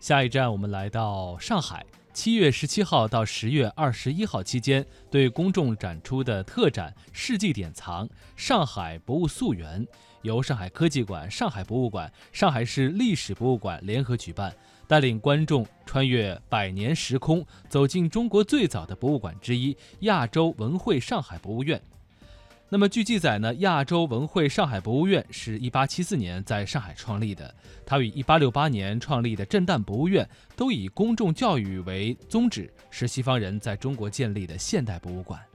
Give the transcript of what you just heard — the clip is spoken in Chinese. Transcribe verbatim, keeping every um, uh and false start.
下一站我们来到上海，七月十七号到十月二十一号期间，对公众展出的特展“世纪典藏——上海博物溯源”，由上海科技馆、上海博物馆、上海市历史博物馆联合举办，带领观众穿越百年时空，走进中国最早的博物馆之一——亚洲文汇上海博物院。那么据记载呢，亚洲文汇上海博物院是一八七四年在上海创立的，它与一八六八年创立的震旦博物院都以公众教育为宗旨，是西方人在中国建立的现代博物馆。